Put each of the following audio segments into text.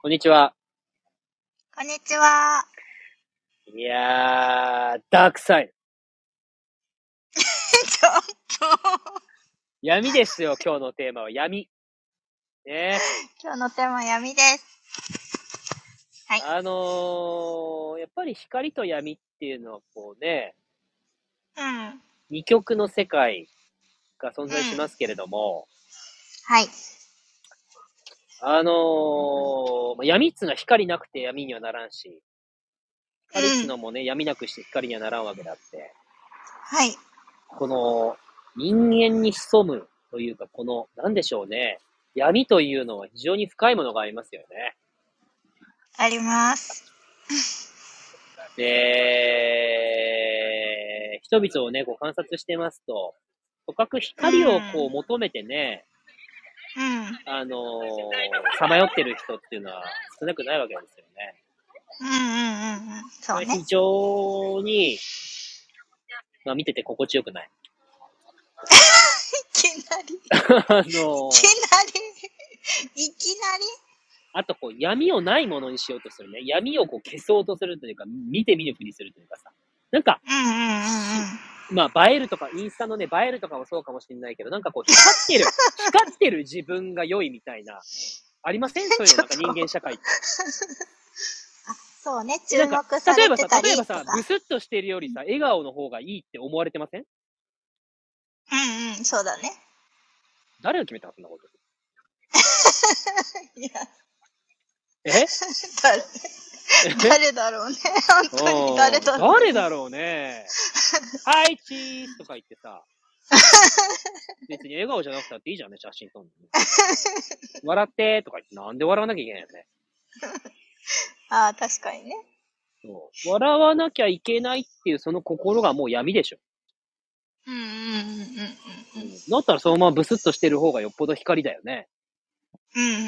こんにちは。 こんにちは。 いやー、ダークサイド。 ちょっと。 闇ですよ、今日のテーマは闇。ね。 今日のテーマは闇です。はい。 やっぱり光と闇っていうのはこうね、 うん。 二極の世界が存在しますけれども、 はい。 闇っつうのは光なくて闇にはならんし、光っつうのうん。 もね、闇なくして光にはならんわけであって、 はい。 この人間に潜むというか、この、なんでしょうね、闇というのは非常に深いものがありますよね。 あります。 で、人々をね、こう観察してますと、とかくうん。 光をこう求めてね、 うん。 さまよってる人っていうのは少なくないわけですよね。 うんうんうんうん。そうね。 非常に、見てて心地よくない。 いきなり。 あいきなの、 り。いきなり。 あとこう闇をないものにしようとするね。闇をこう消そうとするというか、見て見ぬふりするというかさ。なんか、 うんうんうんうん。 映えるとか、インスタのね、映えるとかもそうかもしれないけど、なんかこう、光ってる自分が良いみたいな、ありませんそういうの、なんか人間社会って。 あ、そうね。注なんか、 目されてた例えばさ、 りとか。 ブスッとしてるよりさ、笑顔の方がいいって思われてません？ うんうん。そうだね。 誰が決めたのそんなこと。 いや、 え誰だろうね。本当に誰だろうね。 誰だろうね。はい、チーズとか言ってさ、別に笑顔じゃなくたっていいじゃんね、写真撮るの。笑ってとか言って、なんで笑わなきゃいけないよね。 ああ、確かにね。 そう。笑わなきゃいけないっていうその心がもう闇でしょ。 うんうんうんうんうんうん。 だったらそのままブスッとしてる方がよっぽど光だよね。 うんうんうんうんうん。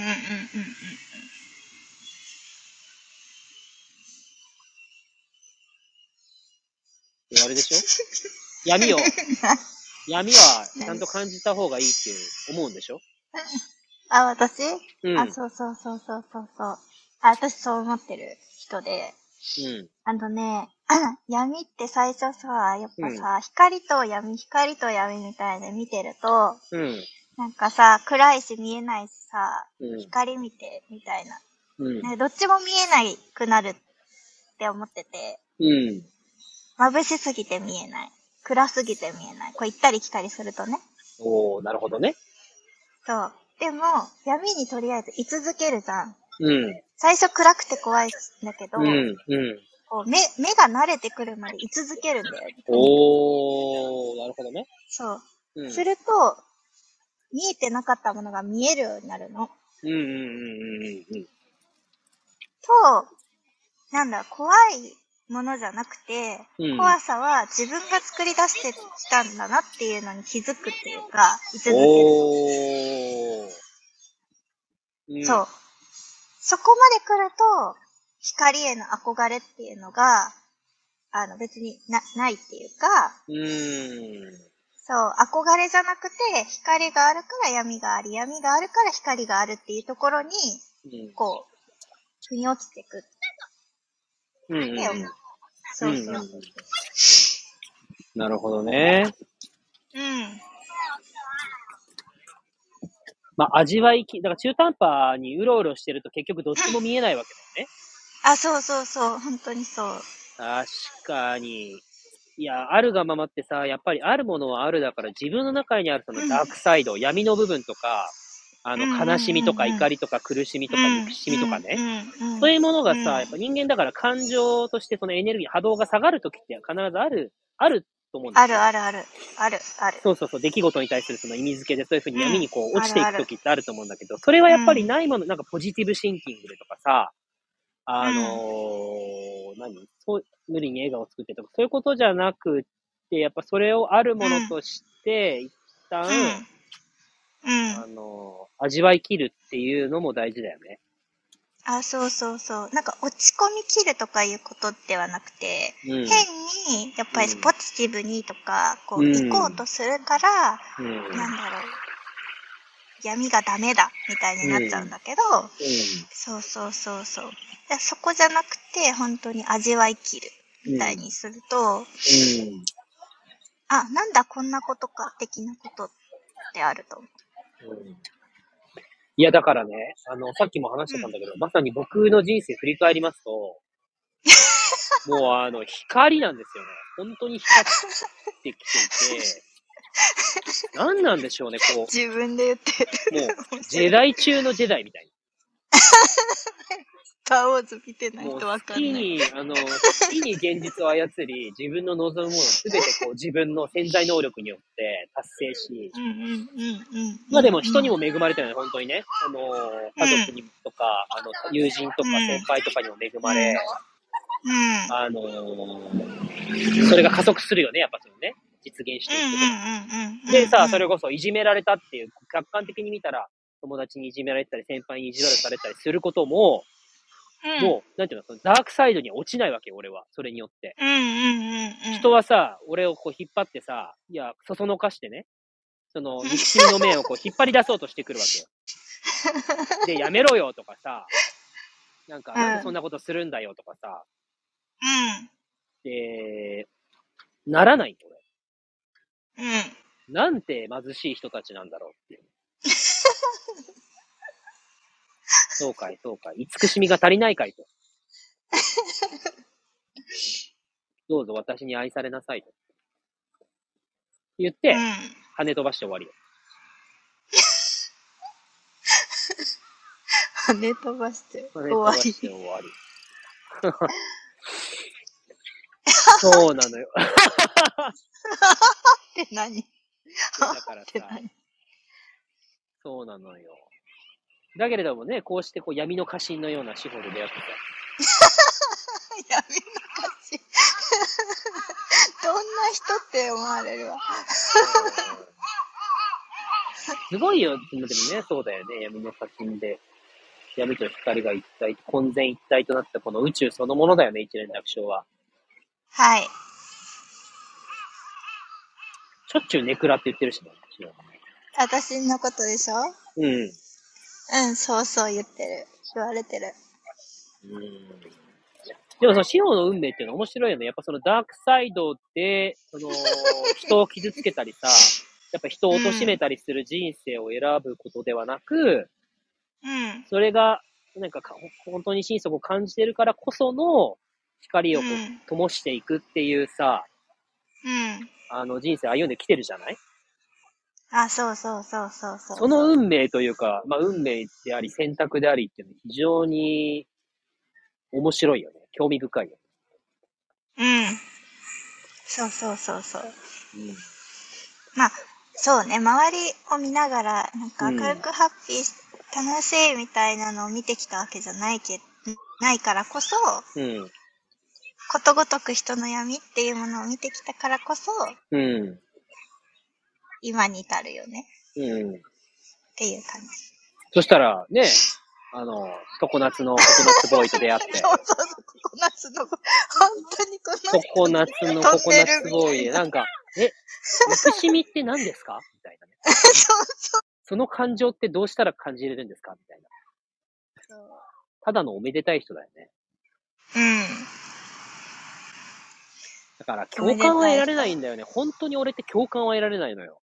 あれでしょ闇はちゃんと感じた方がいいって思うんでしょ？ あ、私あ、 うん。 そうそうそうそうそうそう。あ、私そう思ってる人で。 うん。 闇って最初さ、やっうん。 ぱさ、光と闇みたいで見てると、 うん。 なんかさ、暗いし見えないしさ、 うん。 光見て、みたいな。 うん。 ね、どっちも見えないくなるって思ってて、 うん。 眩しすぎて見えない。暗すぎて見えない。こう行ったり来たりするとね。 おー、なるほどね。 そう。でも、闇にとりあえず居続けるじゃん。 うん。 最初暗くて怖いんだけど、 うん。うん。 こう目が慣れてくるまで居続けるんだよね。 おー、なるほどね。 そう。 うん。 すると、見えてなかったものが見えるようになるの。 うん。うん。うん。うん。 と、怖いものじゃなくて、 うん。 怖さは自分が作り出してきたんだなっていうのに気づくっていうか、居続けると。 おー。うん。 そう。そこまで来ると、光への憧れっていうのが、別にないっていうか、 うーん。 そう、憧れじゃなくて、光があるから闇があり、闇があるから光があるっていうところに、 うん。 こう、腑に落ちていくっうん。うん。 て思う。 うん。 そうそう。 なるほどね。 うん。 味わいだから中途半端にうろうろしてると結局どっちも見えないわけだよね。 あ、そうそうそう。本当にそう。 確かに。いや、あるがままってさ、やっぱりあるものはあるだから自分の中にあるそのダークサイド、闇の部分とか、 うんうんうんうん。 悲しみとか怒りとか苦しみとか憎しみとかね。そういうものがさ、やっぱ人間だから感情としてそのエネルギー、波動が下がるときって必ずあると思うんですよ。 あるあるある。あるある。 そうそうそう、出来事に対するその意味付けでそういうふうに闇にこう落ちていくあるある。 ときってあると思うんだけど、それはやっぱりうん。 ないもの、なんかポジティブシンキングでとかさ、 うん。 そう、無理に笑顔を作ってとか、そういうことじゃなくって、やっぱそれをあるものうん。 として、一旦、 うん。うん。 味わい切るっていうのも大事だよね。 あ、そうそうそう。落ち込み切るとかいうことではなくて、 うん。 変に、やっぱりポジティブにとか、こう、 うん。 行こうとするから、 うん。 なんだろう。 闇がダメだみたいになっちゃうんだけど、そうそうそうそう。でそこじゃなくて本当に味わいきるみたいにすると、あ、なんだこんなことか的なことってあると思う。 いや、だからね、さっきも話してたんだけど、まさに僕の人生振り返りますと、もう光なんですよね。本当に光ってきていて、何なんでしょうね、こう。 自分で言ってる。 もう、ジェダイ中のジェダイみたいな。 スターウォーズ見てないとわかんない。 好きに現実を操り、自分の望むものをすべてこう自分の潜在能力によって達成し、まあでも人にも恵まれてるね、本当にね。家族にとか、友人とか先輩とかにも恵まれ、それが加速するよね、やっぱそのね、実現していくと。でさ、それこそいじめられたっていう、客観的に見たら、友達にいじめられたり、先輩にいじわるされたりすることも、もう、なんていうの、そのダークサイドには落ちないわけよ、俺は。それによって。人はさ、俺をこう引っ張ってさ、いや、そそのかしてね、その、憎しみの面をこう引っ張り出そうとしてくるわけよ。で、やめろよとかさ、なんか、なんでそんなことするんだよとかさ、で、ならない、俺。なんて貧しい人たちなんだろうっていう。そうかい、そうかい。慈しみが足りないかいと。どうぞ私に愛されなさいと。言って、跳ね飛ばして終わりよ。 跳ね飛ばして終わり。そうなのよ。 って何？ だからさ、そうなのよ。だけれどもね、こうしてこう闇の家臣のような司法で出会ってさ。 闇の家臣。どんな人って思われるわ。 すごいよ。でもね、そうだよね。闇の家臣で。闇と光が一体、混然一体となったこの宇宙そのものだよね、一連卓章は。 はい。 しょっちゅうネクラって言ってるしね。 私のことでしょ？ うん。 そうそう言ってる。言われてる。 でもその司法の運命っていうのは面白いよね。やっぱそのダークサイドで、人を傷つけたりさ、やっぱ人を貶めたりする人生を選ぶことではなく、それが、なんか本当に心底感じてるからこその光をこう灯していくっていうさ、人生歩んできてるじゃない？ あ、そうそうそうそうそう。 その運命というか、まあ運命であり選択でありっていうのは非常に面白いよね。興味深いよね。 そうそうそうそう。まあ、そうね、周りを見ながら、なんか明るくハッピー、楽しいみたいなのを見てきたわけじゃないからこそ、ことごとく人の闇っていうものを見てきたからこそ、今に至るよね。っていう感じ。 そしたら、ね、常夏のココナッツボーイと出会って。 そうそうそう、ココナッツの、本当にココナッツのココナッツボーイで、なんか、憎しみって何ですかみたいなね。 そうそう。 その感情ってどうしたら感じれるんですかみたいな。ただのおめでたい人だよね。だから共感は得られないんだよね。本当に俺って共感は得られないのよ。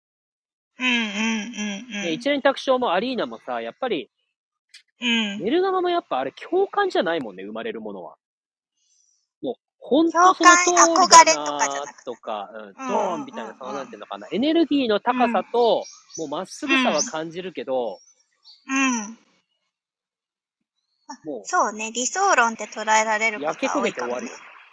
一連卓章もアリーナもさ、やっぱり、メルガマもやっぱあれ共感じゃないもんね、生まれるものは。もう、本当その通りだなとか、ドーンみたいな、なんていうのかな。エネルギーの高さと、もうまっすぐさは感じるけど、 もうそうね、理想論って捉えられることは多いかもね。焼け焦げて終わるよ。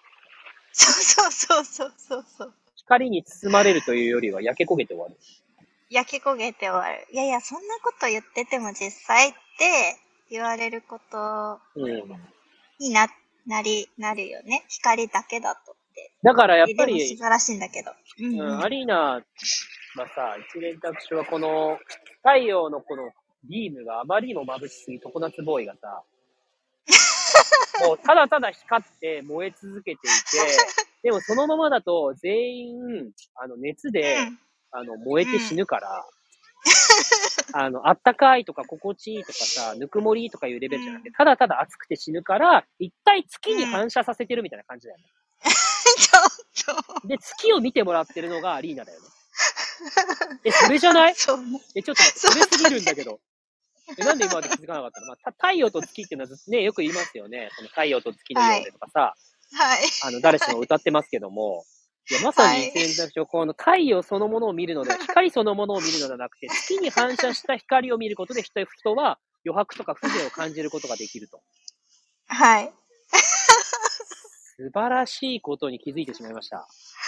そう。 光に包まれるというよりは焼け焦げて終わる。 焼け焦げて終わる。いやいや、そんなこと言ってても実際って言われることになるよね。光だけだとって。 だからやっぱり、 でも素晴らしいんだけど。 アリーナはさ、一連卓章はこの太陽のこのビームがあまりにも眩しすぎ、常夏ボーイがさ、もうただただ光って燃え続けていて、でもそのままだと全員、熱で、燃えて死ぬから、 あったかいとか心地いいとかさ、ぬくもりとかいうレベルじゃなくて、ただただ暑くて死ぬから、一体月に反射させてるみたいな感じだよね。 ちょっと。 で、月を見てもらってるのがアリーナだよね。それじゃないそうね。 ちょっと待って、それすぎるんだけど。なんで今まで気づかなかったの？太陽と月っていうのはね、よく言いますよね。その太陽と月のようでとかさ、 はい。 誰しも歌ってますけども、いや、まさに選択肢、この太陽そのものを見るので、光そのものを見るのではなくて、月に反射した光を見ることで人は余白とか風情を感じることができると。 はい。 素晴らしいことに気づいてしまいました。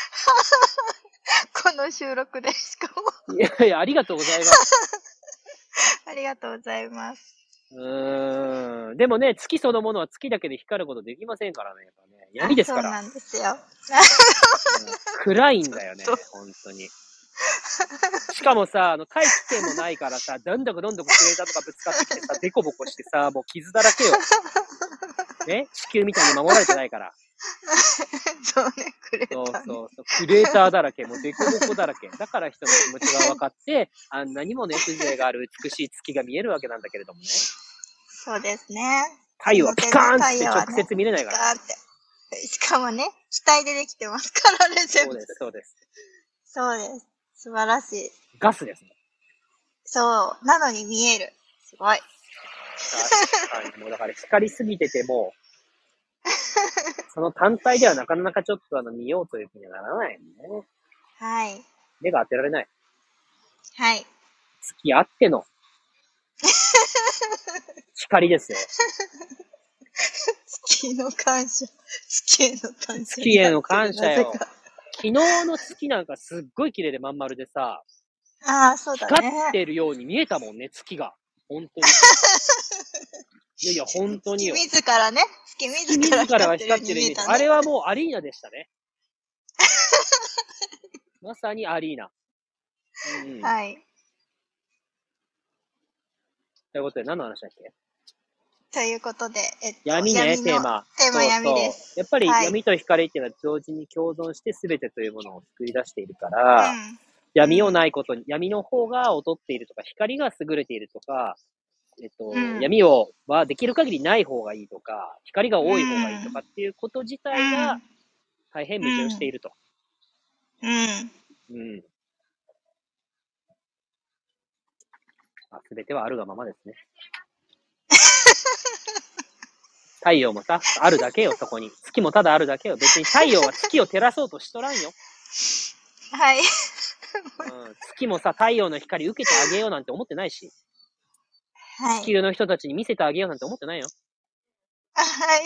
この収録でしかも。 いやいや、ありがとうございます。 ありがとうございます。 でもね、月そのものは月だけで光ることできませんからね。やっぱね、闇ですから。 そうなんですよ。 暗いんだよね、本当に。しかもさ、大気圏もないからさ、どんどんクレーターとかぶつかってきてさ、デコボコしてさ、もう傷だらけよ。ね、地球みたいに守られてないから。 そうね、クレーター、ね。 そう、クレーターだらけ、もうデコボコだらけ。だから人の気持ちが分かって、あんなにもね、風情がある美しい月が見えるわけなんだけれどもね。 そうですね。 太陽はピカーンって直接見れないから。 ピカーンって。しかもね、気体でできてますからね、全部。 そうです。 そうです。素晴らしい。 ガスですね。 そう。なのに見える。すごい。 確かに。もうだから光りすぎてても、その単体ではなかなかちょっと見ようというふうにはならないよね。 はい。 目が当てられない。 はい。 月あっての光ですよ。 月の感謝。月への感謝。 月への感謝よ。昨日の月なんかすっごい綺麗でまん丸でさ、 そうだね。 光ってるように見えたもんね、月が。本当に。いや、本当によ。 月自らね。月自らが光ってるように見えた。あれはもうアリーナでしたね。まさにアリーナ。 はい。 ということで、何の話だっけ？ ということで、 闇ね、テーマ。 テーマ闇です。 やっぱり闇と光っていうのは同時に共存して全てというものを作り出しているから、闇をないことに、闇の方が劣っているとか、光が優れているとか、闇はできる限りない方がいいとか、光が多い方がいいとかっていうこと自体が大変矛盾していると。全てはあるがままですね。太陽もさ、あるだけよ、そこに。月もただあるだけよ。別に太陽は月を照らそうとしとらんよ。 はい。 月もさ、太陽の光受けてあげようなんて思ってないし。 はい。 地球の人たちに見せてあげようなんて思ってないよ。 はい。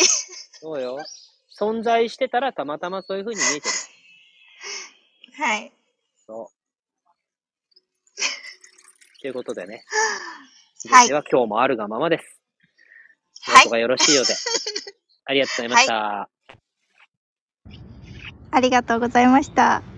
そうよ。存在してたらたまたまそういう風に見えてる。 はい。 そう。ということでね。 はい。 では今日もあるがままです。仕事がよろしいようで。ありがとうございました。 ありがとうございました。